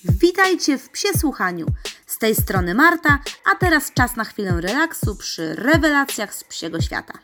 Witajcie w Psie Słuchaniu. Z tej strony Marta, a teraz czas na chwilę relaksu przy rewelacjach z psiego świata.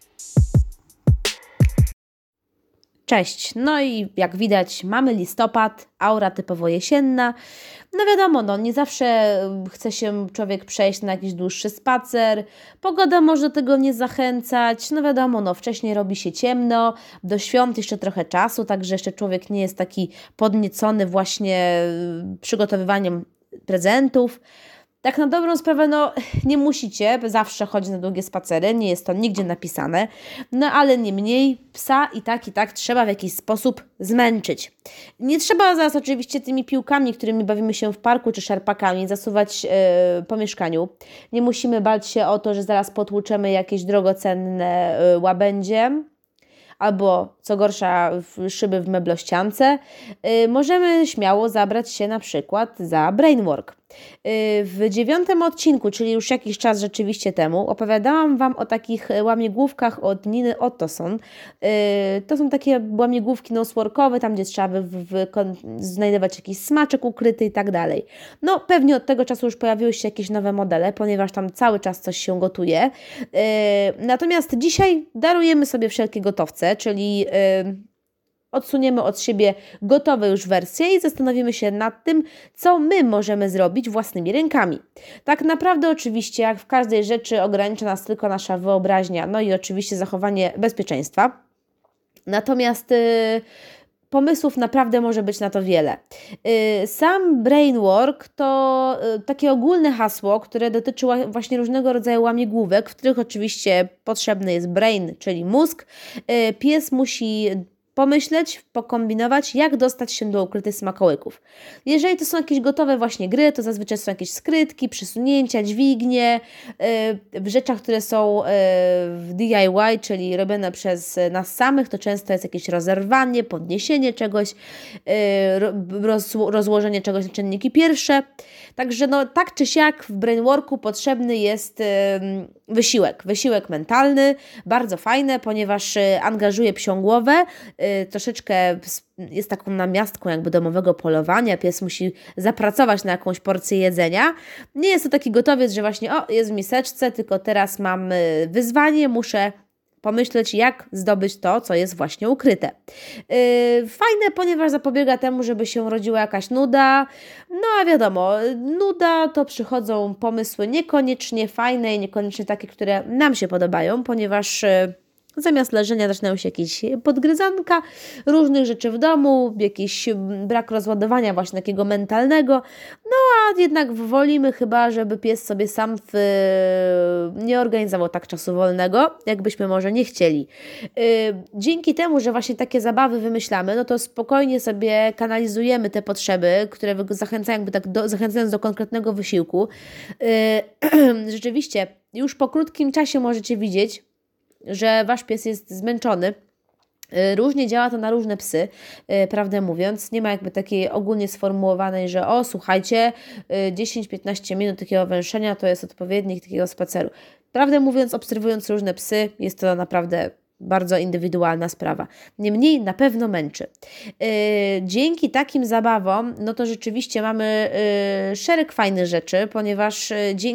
Cześć, no i jak widać mamy listopad, aura typowo jesienna. No wiadomo, nie zawsze chce się człowiek przejść na jakiś dłuższy spacer, pogoda może do tego nie zachęcać, no wiadomo, wcześniej robi się ciemno, do świąt jeszcze trochę czasu, także jeszcze człowiek nie jest taki podniecony właśnie przygotowywaniem prezentów. Tak na dobrą sprawę, nie musicie zawsze chodzić na długie spacery, nie jest to nigdzie napisane, ale niemniej psa i tak trzeba w jakiś sposób zmęczyć. Nie trzeba zaraz oczywiście tymi piłkami, którymi bawimy się w parku, czy szarpakami zasuwać po mieszkaniu. Nie musimy bać się o to, że zaraz potłuczemy jakieś drogocenne łabędzie, albo co gorsza szyby w meblościance. Możemy śmiało zabrać się na przykład za brainwork. W 9 odcinku, czyli już jakiś czas rzeczywiście temu, opowiadałam Wam o takich łamigłówkach od Niny Ottosson. To są takie łamigłówki noseworkowe, tam gdzie trzeba znajdować jakiś smaczek ukryty i tak dalej. Pewnie od tego czasu już pojawiły się jakieś nowe modele, ponieważ tam cały czas coś się gotuje. Natomiast dzisiaj darujemy sobie wszelkie gotowce, czyli odsuniemy od siebie gotowe już wersje i zastanowimy się nad tym, co my możemy zrobić własnymi rękami. Tak naprawdę oczywiście, jak w każdej rzeczy, ogranicza nas tylko nasza wyobraźnia, i oczywiście zachowanie bezpieczeństwa. Natomiast pomysłów naprawdę może być na to wiele. Sam brainwork to takie ogólne hasło, które dotyczy właśnie różnego rodzaju łamigłówek, w których oczywiście potrzebny jest brain, czyli mózg. Pies musi pomyśleć, pokombinować, jak dostać się do ukrytych smakołyków. Jeżeli to są jakieś gotowe właśnie gry, to zazwyczaj są jakieś skrytki, przesunięcia, dźwignie, w rzeczach, które są w DIY, czyli robione przez nas samych, to często jest jakieś rozerwanie, podniesienie czegoś, rozłożenie czegoś na czynniki pierwsze. Także tak czy siak w brainworku potrzebny jest wysiłek mentalny, bardzo fajne, ponieważ angażuje psią głowę, troszeczkę jest taką namiastką jakby domowego polowania, pies musi zapracować na jakąś porcję jedzenia. Nie jest to taki gotowiec, że właśnie jest w miseczce, tylko teraz mam wyzwanie, muszę pomyśleć, jak zdobyć to, co jest właśnie ukryte. Fajne, ponieważ zapobiega temu, żeby się rodziła jakaś nuda. A wiadomo, nuda to przychodzą pomysły niekoniecznie fajne i niekoniecznie takie, które nam się podobają, ponieważ zamiast leżenia zaczynają się jakieś podgryzanka różnych rzeczy w domu, jakiś brak rozładowania właśnie takiego mentalnego. A jednak wolimy chyba, żeby pies sobie sam nie organizował tak czasu wolnego, jakbyśmy może nie chcieli. Dzięki temu, że właśnie takie zabawy wymyślamy, to spokojnie sobie kanalizujemy te potrzeby, które zachęcają zachęcając do konkretnego wysiłku. Rzeczywiście, już po krótkim czasie możecie widzieć, że Wasz pies jest zmęczony. Różnie działa to na różne psy, prawdę mówiąc. Nie ma jakby takiej ogólnie sformułowanej, że słuchajcie, 10-15 minut takiego węszenia to jest odpowiednik takiego spaceru. Prawdę mówiąc, obserwując różne psy, jest to naprawdę bardzo indywidualna sprawa. Niemniej na pewno męczy. Dzięki takim zabawom, to rzeczywiście mamy szereg fajnych rzeczy, ponieważ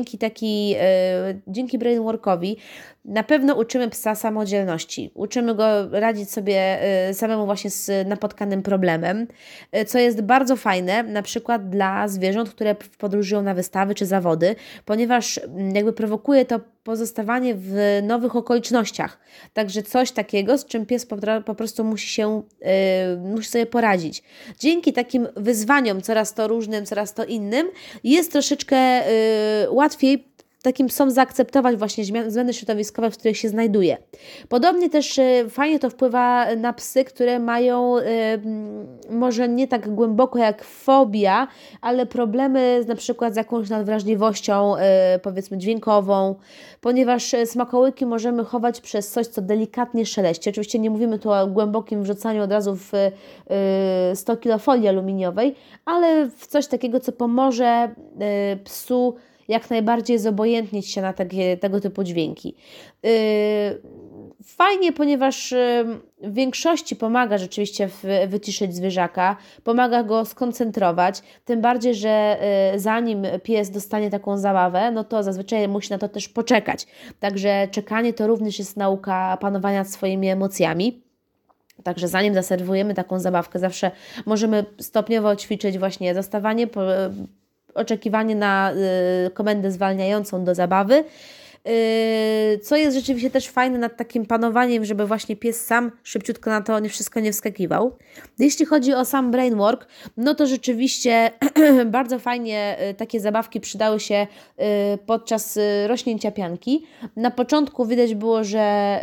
dzięki brainworkowi na pewno uczymy psa samodzielności. Uczymy go radzić sobie samemu właśnie z napotkanym problemem, co jest bardzo fajne, na przykład dla zwierząt, które podróżują na wystawy czy zawody, ponieważ jakby prowokuje to pozostawanie w nowych okolicznościach. Także coś takiego, z czym pies po prostu musi sobie poradzić. Dzięki takim wyzwaniom, coraz to różnym, coraz to innym, jest troszeczkę łatwiej takim psom zaakceptować właśnie zmiany środowiskowe, w których się znajduje. Podobnie też fajnie to wpływa na psy, które mają może nie tak głęboko jak fobia, ale problemy na przykład z jakąś nadwrażliwością, powiedzmy dźwiękową, ponieważ smakołyki możemy chować przez coś, co delikatnie szeleści. Oczywiście nie mówimy tu o głębokim wrzucaniu od razu w 100 kg folii aluminiowej, ale w coś takiego, co pomoże psu jak najbardziej zobojętnić się na tego typu dźwięki. Fajnie, ponieważ w większości pomaga rzeczywiście wyciszyć zwierzaka, pomaga go skoncentrować, tym bardziej, że zanim pies dostanie taką zabawę, no to zazwyczaj musi na to też poczekać. Także czekanie to również jest nauka panowania nad swoimi emocjami. Także zanim zaserwujemy taką zabawkę, zawsze możemy stopniowo ćwiczyć właśnie zastawanie, oczekiwanie na komendę zwalniającą do zabawy, co jest rzeczywiście też fajne nad takim panowaniem, żeby właśnie pies sam szybciutko na to wszystko nie wskakiwał. Jeśli chodzi o sam brainwork, no to rzeczywiście bardzo fajnie takie zabawki przydały się podczas rośnięcia pianki. Na początku widać było, że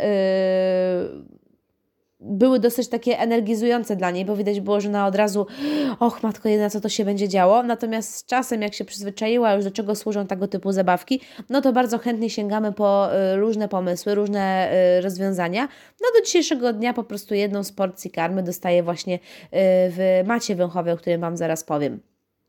były dosyć takie energizujące dla niej, bo widać było, że ona od razu och matko jedyna, co to się będzie działo. Natomiast z czasem, jak się przyzwyczaiła już do czego służą tego typu zabawki, no to bardzo chętnie sięgamy po różne pomysły, różne rozwiązania. No do dzisiejszego dnia po prostu jedną z porcji karmy dostaję właśnie w macie węchowej, o którym Wam zaraz powiem.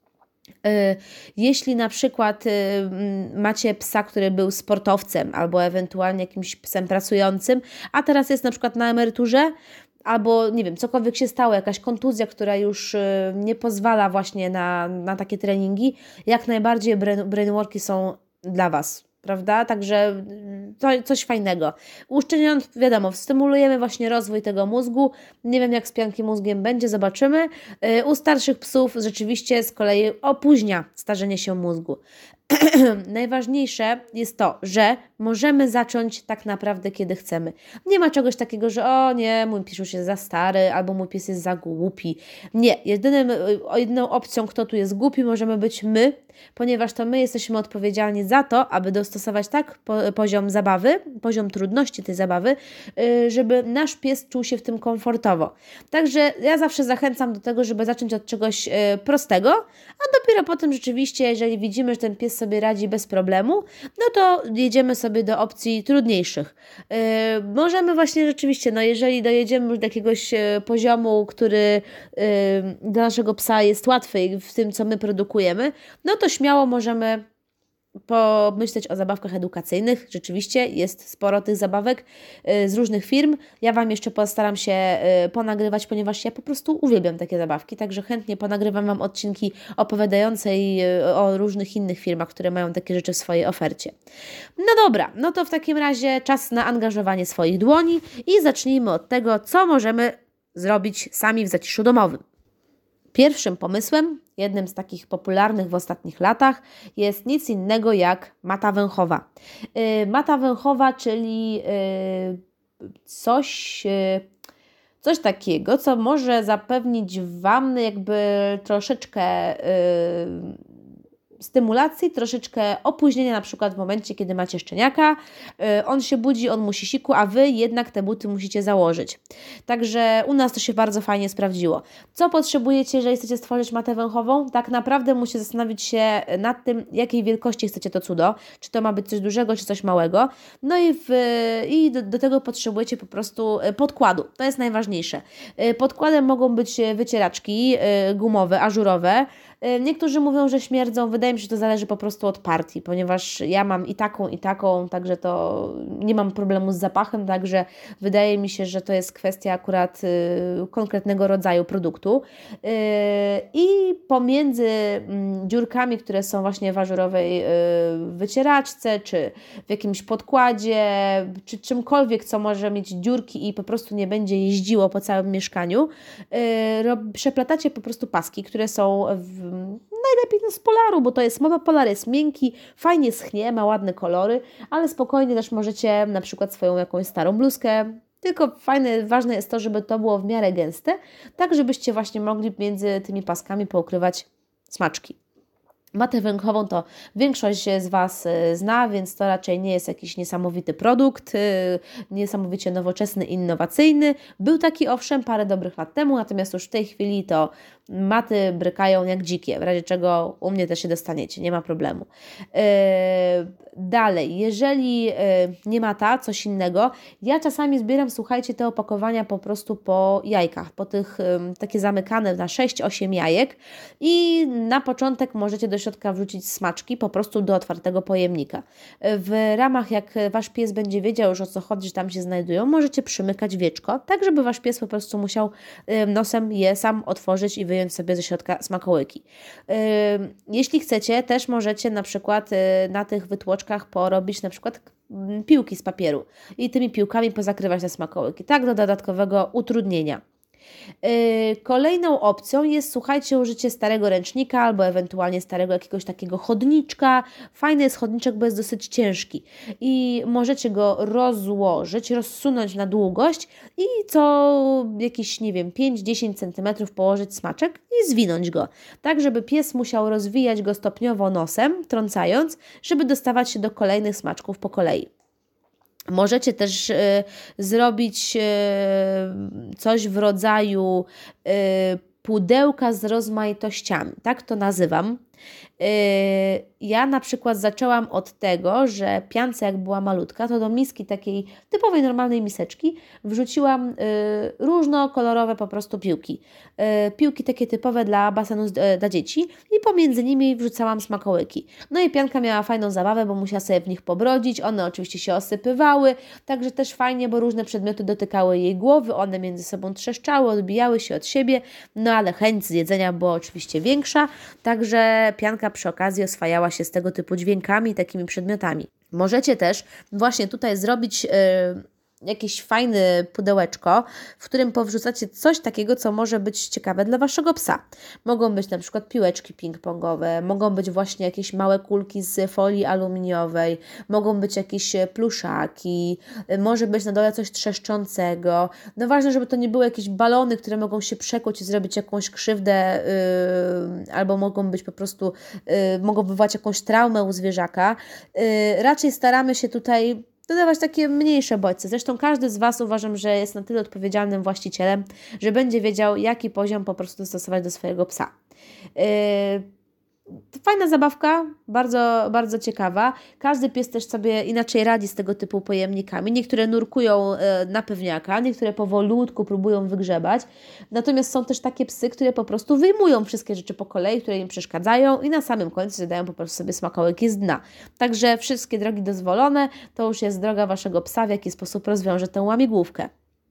Jeśli na przykład macie psa, który był sportowcem albo ewentualnie jakimś psem pracującym, a teraz jest na przykład na emeryturze, albo nie wiem, cokolwiek się stało, jakaś kontuzja, która już nie pozwala właśnie na takie treningi, jak najbardziej brainworki są dla Was. Prawda? Także to coś fajnego. Uszczelniając, wiadomo, stymulujemy właśnie rozwój tego mózgu. Nie wiem, jak z pianki mózgiem będzie, zobaczymy. U starszych psów rzeczywiście z kolei opóźnia starzenie się mózgu. Najważniejsze jest to, że możemy zacząć tak naprawdę kiedy chcemy. Nie ma czegoś takiego, że o nie, mój pies już jest za stary, albo mój pies jest za głupi. Nie, jedyną opcją, kto tu jest głupi, możemy być my, ponieważ to my jesteśmy odpowiedzialni za to, aby dostosować tak poziom zabawy, poziom trudności tej zabawy, żeby nasz pies czuł się w tym komfortowo. Także ja zawsze zachęcam do tego, żeby zacząć od czegoś prostego, a dopiero potem rzeczywiście, jeżeli widzimy, że ten pies sobie radzi bez problemu, no to jedziemy sobie do opcji trudniejszych. Możemy właśnie rzeczywiście, no jeżeli dojedziemy już do jakiegoś poziomu, który dla naszego psa jest łatwy w tym, co my produkujemy, no to śmiało możemy pomyśleć o zabawkach edukacyjnych. Rzeczywiście jest sporo tych zabawek z różnych firm. Ja Wam jeszcze postaram się ponagrywać, ponieważ ja po prostu uwielbiam takie zabawki, także chętnie ponagrywam Wam odcinki opowiadające o różnych innych firmach, które mają takie rzeczy w swojej ofercie. No dobra, no to w takim razie czas na angażowanie swoich dłoni i zacznijmy od tego, co możemy zrobić sami w zaciszu domowym. Pierwszym pomysłem, jednym z takich popularnych w ostatnich latach, jest nic innego jak mata węchowa. Mata węchowa, czyli coś takiego, co może zapewnić Wam jakby troszeczkę stymulacji, troszeczkę opóźnienia, na przykład w momencie, kiedy macie szczeniaka, on się budzi, on musi siku, a Wy jednak te buty musicie założyć. Także u nas to się bardzo fajnie sprawdziło. Co potrzebujecie, jeżeli chcecie stworzyć matę węchową? Tak naprawdę musicie zastanowić się nad tym, jakiej wielkości chcecie to cudo. Czy to ma być coś dużego, czy coś małego. No i do tego potrzebujecie po prostu podkładu. To jest najważniejsze. Podkładem mogą być wycieraczki gumowe, ażurowe. Niektórzy mówią, że śmierdzą. Wydaje mi się, że to zależy po prostu od partii, ponieważ ja mam i taką, także to nie mam problemu z zapachem, także wydaje mi się, że to jest kwestia akurat konkretnego rodzaju produktu. I pomiędzy dziurkami, które są właśnie w ażurowej wycieraczce, czy w jakimś podkładzie, czy czymkolwiek, co może mieć dziurki i po prostu nie będzie jeździło po całym mieszkaniu, przeplatacie po prostu paski, które są najlepiej z polaru, bo to jest monopolar, jest miękki, fajnie schnie, ma ładne kolory, ale spokojnie też możecie na przykład swoją jakąś starą bluzkę, tylko ważne jest to, żeby to było w miarę gęste, tak żebyście właśnie mogli między tymi paskami poukrywać smaczki. Matę węchową to większość z Was zna, więc to raczej nie jest jakiś niesamowity produkt, niesamowicie nowoczesny, innowacyjny. Był taki owszem parę dobrych lat temu, natomiast już w tej chwili to maty brykają jak dzikie, w razie czego u mnie też się dostaniecie, nie ma problemu. Dalej, jeżeli nie mata, coś innego, ja czasami zbieram, słuchajcie, te opakowania po prostu po jajkach, po tych takie zamykane na 6-8 jajek i na początek możecie do środka wrzucić smaczki po prostu do otwartego pojemnika. W ramach, jak Wasz pies będzie wiedział już o co chodzi, że tam się znajdują, możecie przymykać wieczko, tak żeby Wasz pies po prostu musiał nosem je sam otworzyć i wyjąć sobie ze środka smakołyki. Jeśli chcecie, też możecie na przykład na tych wytłoczkach porobić na przykład piłki z papieru i tymi piłkami pozakrywać te smakołyki, tak do dodatkowego utrudnienia. Kolejną opcją jest, słuchajcie, użycie starego ręcznika albo ewentualnie starego jakiegoś takiego chodniczka. Fajny jest chodniczek, bo jest dosyć ciężki i możecie go rozłożyć, rozsunąć na długość i co jakieś, nie wiem, 5-10 cm położyć smaczek i zwinąć go, tak żeby pies musiał rozwijać go stopniowo nosem, trącając, żeby dostawać się do kolejnych smaczków po kolei. Możecie też zrobić coś w rodzaju pudełka z rozmaitościami, tak to nazywam. Ja na przykład zaczęłam od tego, że piance jak była malutka, to do miski takiej typowej, normalnej miseczki wrzuciłam różnokolorowe po prostu piłki. Piłki takie typowe dla basenu dla dzieci i pomiędzy nimi wrzucałam smakołyki. No i pianka miała fajną zabawę, bo musiała sobie w nich pobrodzić, one oczywiście się osypywały, także też fajnie, bo różne przedmioty dotykały jej głowy, one między sobą trzeszczały, odbijały się od siebie, no ale chęć zjedzenia była oczywiście większa, także pianka przy okazji oswajała się z tego typu dźwiękami, takimi przedmiotami. Możecie też właśnie tutaj zrobić jakieś fajne pudełeczko, w którym powrzucacie coś takiego, co może być ciekawe dla Waszego psa. Mogą być na przykład piłeczki ping-pongowe, mogą być właśnie jakieś małe kulki z folii aluminiowej, mogą być jakieś pluszaki, może być na dole coś trzeszczącego. No ważne, żeby to nie były jakieś balony, które mogą się przekuć i zrobić jakąś krzywdę, albo mogą być po prostu, mogą wywołać jakąś traumę u zwierzaka. Raczej staramy się tutaj dodawać takie mniejsze bodźce. Zresztą każdy z Was, uważam, że jest na tyle odpowiedzialnym właścicielem, że będzie wiedział, jaki poziom po prostu stosować do swojego psa. Fajna zabawka, bardzo, bardzo ciekawa. Każdy pies też sobie inaczej radzi z tego typu pojemnikami. Niektóre nurkują na pewniaka, niektóre powolutku próbują wygrzebać. Natomiast są też takie psy, które po prostu wyjmują wszystkie rzeczy po kolei, które im przeszkadzają i na samym końcu zadają po prostu sobie smakołyki z dna. Także wszystkie drogi dozwolone, to już jest droga Waszego psa, w jaki sposób rozwiąże tę łamigłówkę.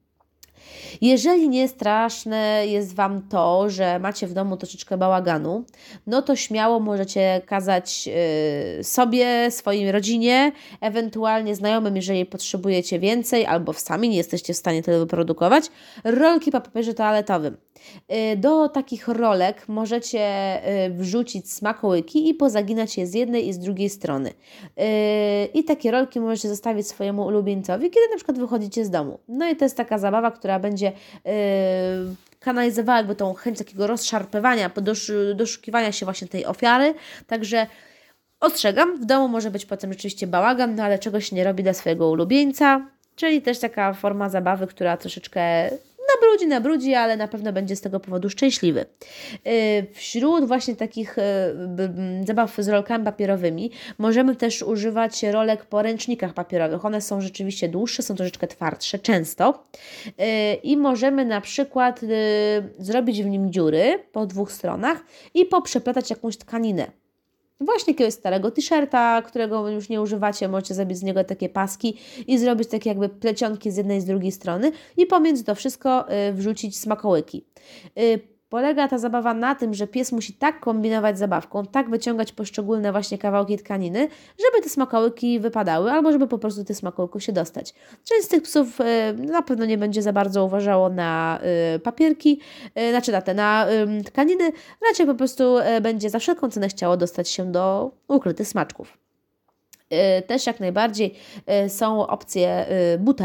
Jeżeli nie straszne jest Wam to, że macie w domu troszeczkę bałaganu, no to śmiało możecie kazać sobie, swojej rodzinie, ewentualnie znajomym, jeżeli potrzebujecie więcej, albo sami nie jesteście w stanie tyle wyprodukować, rolki po papierze toaletowym. Do takich rolek możecie wrzucić smakołyki i pozaginać je z jednej i z drugiej strony. I takie rolki możecie zostawić swojemu ulubieńcowi, kiedy na przykład wychodzicie z domu. No i to jest taka zabawa, która będzie kanalizowała jakby tą chęć takiego rozszarpywania, doszukiwania się właśnie tej ofiary. Także ostrzegam, w domu może być potem rzeczywiście bałagan, no ale czegoś się nie robi dla swojego ulubieńca, czyli też taka forma zabawy, która troszeczkę nabrudzi, ale na pewno będzie z tego powodu szczęśliwy. Wśród właśnie takich zabaw z rolkami papierowymi możemy też używać rolek po ręcznikach papierowych. One są rzeczywiście dłuższe, są troszeczkę twardsze, często. I możemy na przykład zrobić w nim dziury po dwóch stronach i poprzeplatać jakąś tkaninę. Właśnie jakiegoś starego t-shirta, którego już nie używacie, możecie zrobić z niego takie paski i zrobić takie jakby plecionki z jednej i z drugiej strony i pomiędzy to wszystko wrzucić smakołyki. Polega ta zabawa na tym, że pies musi tak kombinować z zabawką, tak wyciągać poszczególne właśnie kawałki tkaniny, żeby te smakołyki wypadały, albo żeby po prostu tych smakołyków się dostać. Część z tych psów na pewno nie będzie za bardzo uważało na papierki, na tkaniny, raczej po prostu będzie za wszelką cenę chciało dostać się do ukrytych smaczków. Też jak najbardziej są opcje butelek.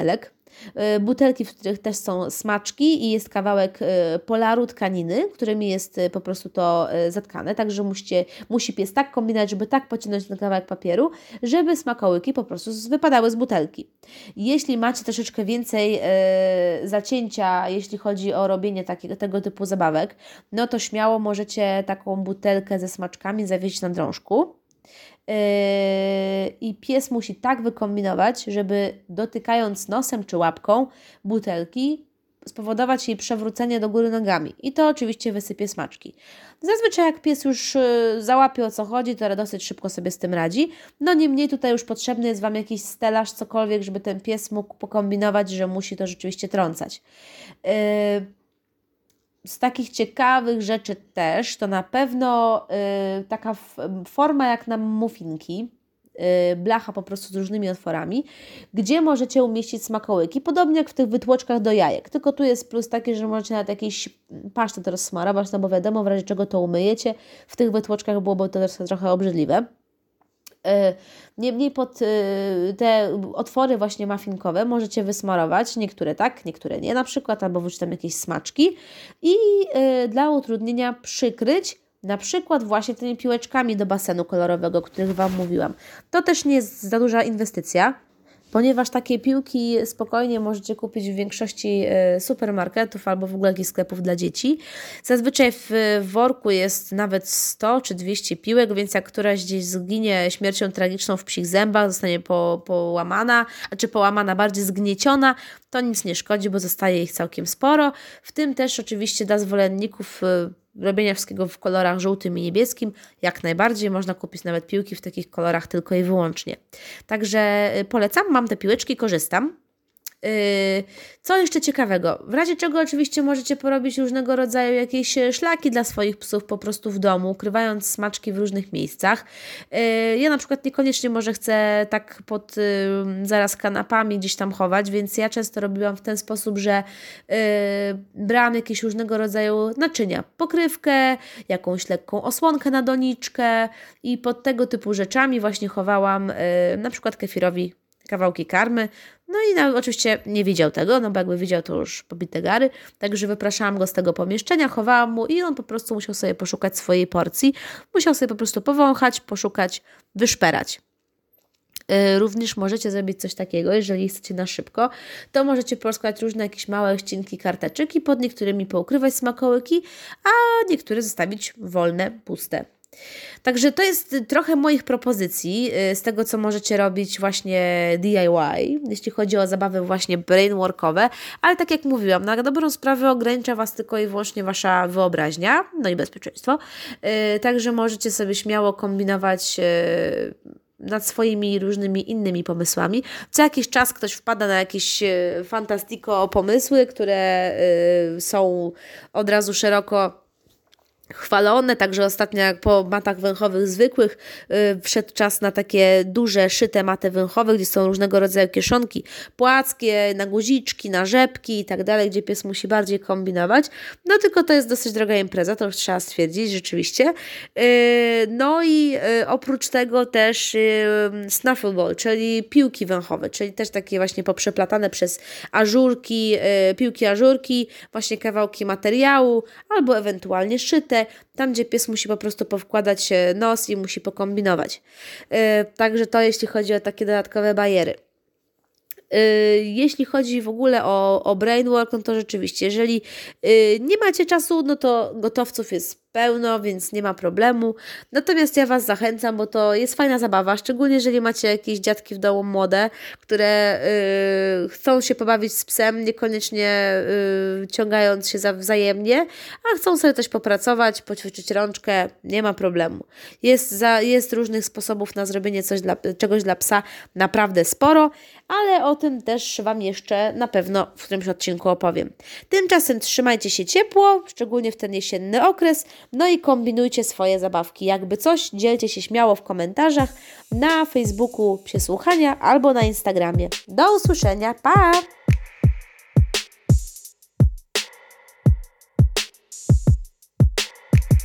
butelki, w których też są smaczki i jest kawałek polaru tkaniny, którymi jest po prostu to zatkane, także musi pies tak kombinować, żeby tak pociągnąć ten kawałek papieru, żeby smakołyki po prostu wypadały z butelki. Jeśli macie troszeczkę więcej zacięcia, jeśli chodzi o robienie tego typu zabawek, no to śmiało możecie taką butelkę ze smaczkami zawieźć na drążku. I pies musi tak wykombinować, żeby dotykając nosem czy łapką butelki spowodować jej przewrócenie do góry nogami i to oczywiście wysypie smaczki. Zazwyczaj jak pies już załapie o co chodzi, to dosyć szybko sobie z tym radzi. No niemniej tutaj już potrzebny jest Wam jakiś stelaż, cokolwiek, żeby ten pies mógł pokombinować, że musi to rzeczywiście trącać. Z takich ciekawych rzeczy też, to na pewno taka forma jak na muffinki, blacha po prostu z różnymi otworami, gdzie możecie umieścić smakołyki, podobnie jak w tych wytłoczkach do jajek, tylko tu jest plus taki, że możecie nawet jakiś pasztet rozsmarować, no bo wiadomo, w razie czego to umyjecie, w tych wytłoczkach byłoby to trochę obrzydliwe. Niemniej pod te otwory właśnie muffinkowe możecie wysmarować, niektóre tak, niektóre nie na przykład, albo wrzucić tam jakieś smaczki i dla utrudnienia przykryć na przykład właśnie tymi piłeczkami do basenu kolorowego, o których Wam mówiłam. To też nie jest za duża inwestycja, ponieważ takie piłki spokojnie możecie kupić w większości supermarketów albo w ogóle jakichś sklepów dla dzieci. Zazwyczaj w worku jest nawet 100 czy 200 piłek, więc jak któraś gdzieś zginie śmiercią tragiczną w psich zębach, zostanie połamana, bardziej zgnieciona, to nic nie szkodzi, bo zostaje ich całkiem sporo. W tym też oczywiście dla zwolenników robienia wszystkiego w kolorach żółtym i niebieskim, jak najbardziej można kupić nawet piłki w takich kolorach tylko i wyłącznie. Także polecam, mam te piłeczki, korzystam. Co jeszcze ciekawego? W razie czego oczywiście możecie porobić różnego rodzaju jakieś szlaki dla swoich psów po prostu w domu, ukrywając smaczki w różnych miejscach. Ja na przykład niekoniecznie może chcę tak pod zaraz kanapami gdzieś tam chować, więc ja często robiłam w ten sposób, że brałam jakieś różnego rodzaju naczynia, pokrywkę, jakąś lekką osłonkę na doniczkę i pod tego typu rzeczami właśnie chowałam na przykład kefirowi kawałki karmy. No i oczywiście nie widział tego, no bo jakby widział, to już pobite gary. Także wypraszałam go z tego pomieszczenia, chowałam mu i on po prostu musiał sobie poszukać swojej porcji. Musiał sobie po prostu powąchać, poszukać, wyszperać. Również możecie zrobić coś takiego, jeżeli chcecie na szybko, to możecie porozkładać różne jakieś małe ścinki karteczek i pod niektórymi poukrywać smakołyki, a niektóre zostawić wolne, puste. Także to jest trochę moich propozycji z tego, co możecie robić właśnie DIY, jeśli chodzi o zabawy właśnie brainworkowe, ale tak jak mówiłam, na dobrą sprawę ogranicza Was tylko i wyłącznie Wasza wyobraźnia, no i bezpieczeństwo, także możecie sobie śmiało kombinować nad swoimi różnymi innymi pomysłami. Co jakiś czas ktoś wpada na jakieś fantastiko pomysły, które są od razu szeroko chwalone, także ostatnio jak po matach węchowych zwykłych wszedł czas na takie duże, szyte maty węchowe, gdzie są różnego rodzaju kieszonki płaskie, na guziczki, na rzepki i tak dalej, gdzie pies musi bardziej kombinować. No tylko to jest dosyć droga impreza, to już trzeba stwierdzić rzeczywiście. No i oprócz tego też snuffleball, czyli piłki węchowe, czyli też takie właśnie poprzeplatane przez ażurki, piłki ażurki, właśnie kawałki materiału albo ewentualnie szyte, tam gdzie pies musi po prostu powkładać nos i musi pokombinować. Także to jeśli chodzi o takie dodatkowe bariery. Jeśli chodzi w ogóle o brainwork, no to rzeczywiście, jeżeli nie macie czasu, no to gotowców jest pełno, więc nie ma problemu. Natomiast ja Was zachęcam, bo to jest fajna zabawa, szczególnie jeżeli macie jakieś dziadki w domu młode, które chcą się pobawić z psem, niekoniecznie ciągając się wzajemnie, a chcą sobie też popracować, poćwiczyć rączkę, nie ma problemu. Jest różnych sposobów na zrobienie czegoś dla psa naprawdę sporo, ale o tym też Wam jeszcze na pewno w którymś odcinku opowiem. Tymczasem trzymajcie się ciepło, szczególnie w ten jesienny okres, no i kombinujcie swoje zabawki. Jakby coś, dzielcie się śmiało w komentarzach na Facebooku Psie Słuchania albo na Instagramie. Do usłyszenia, pa!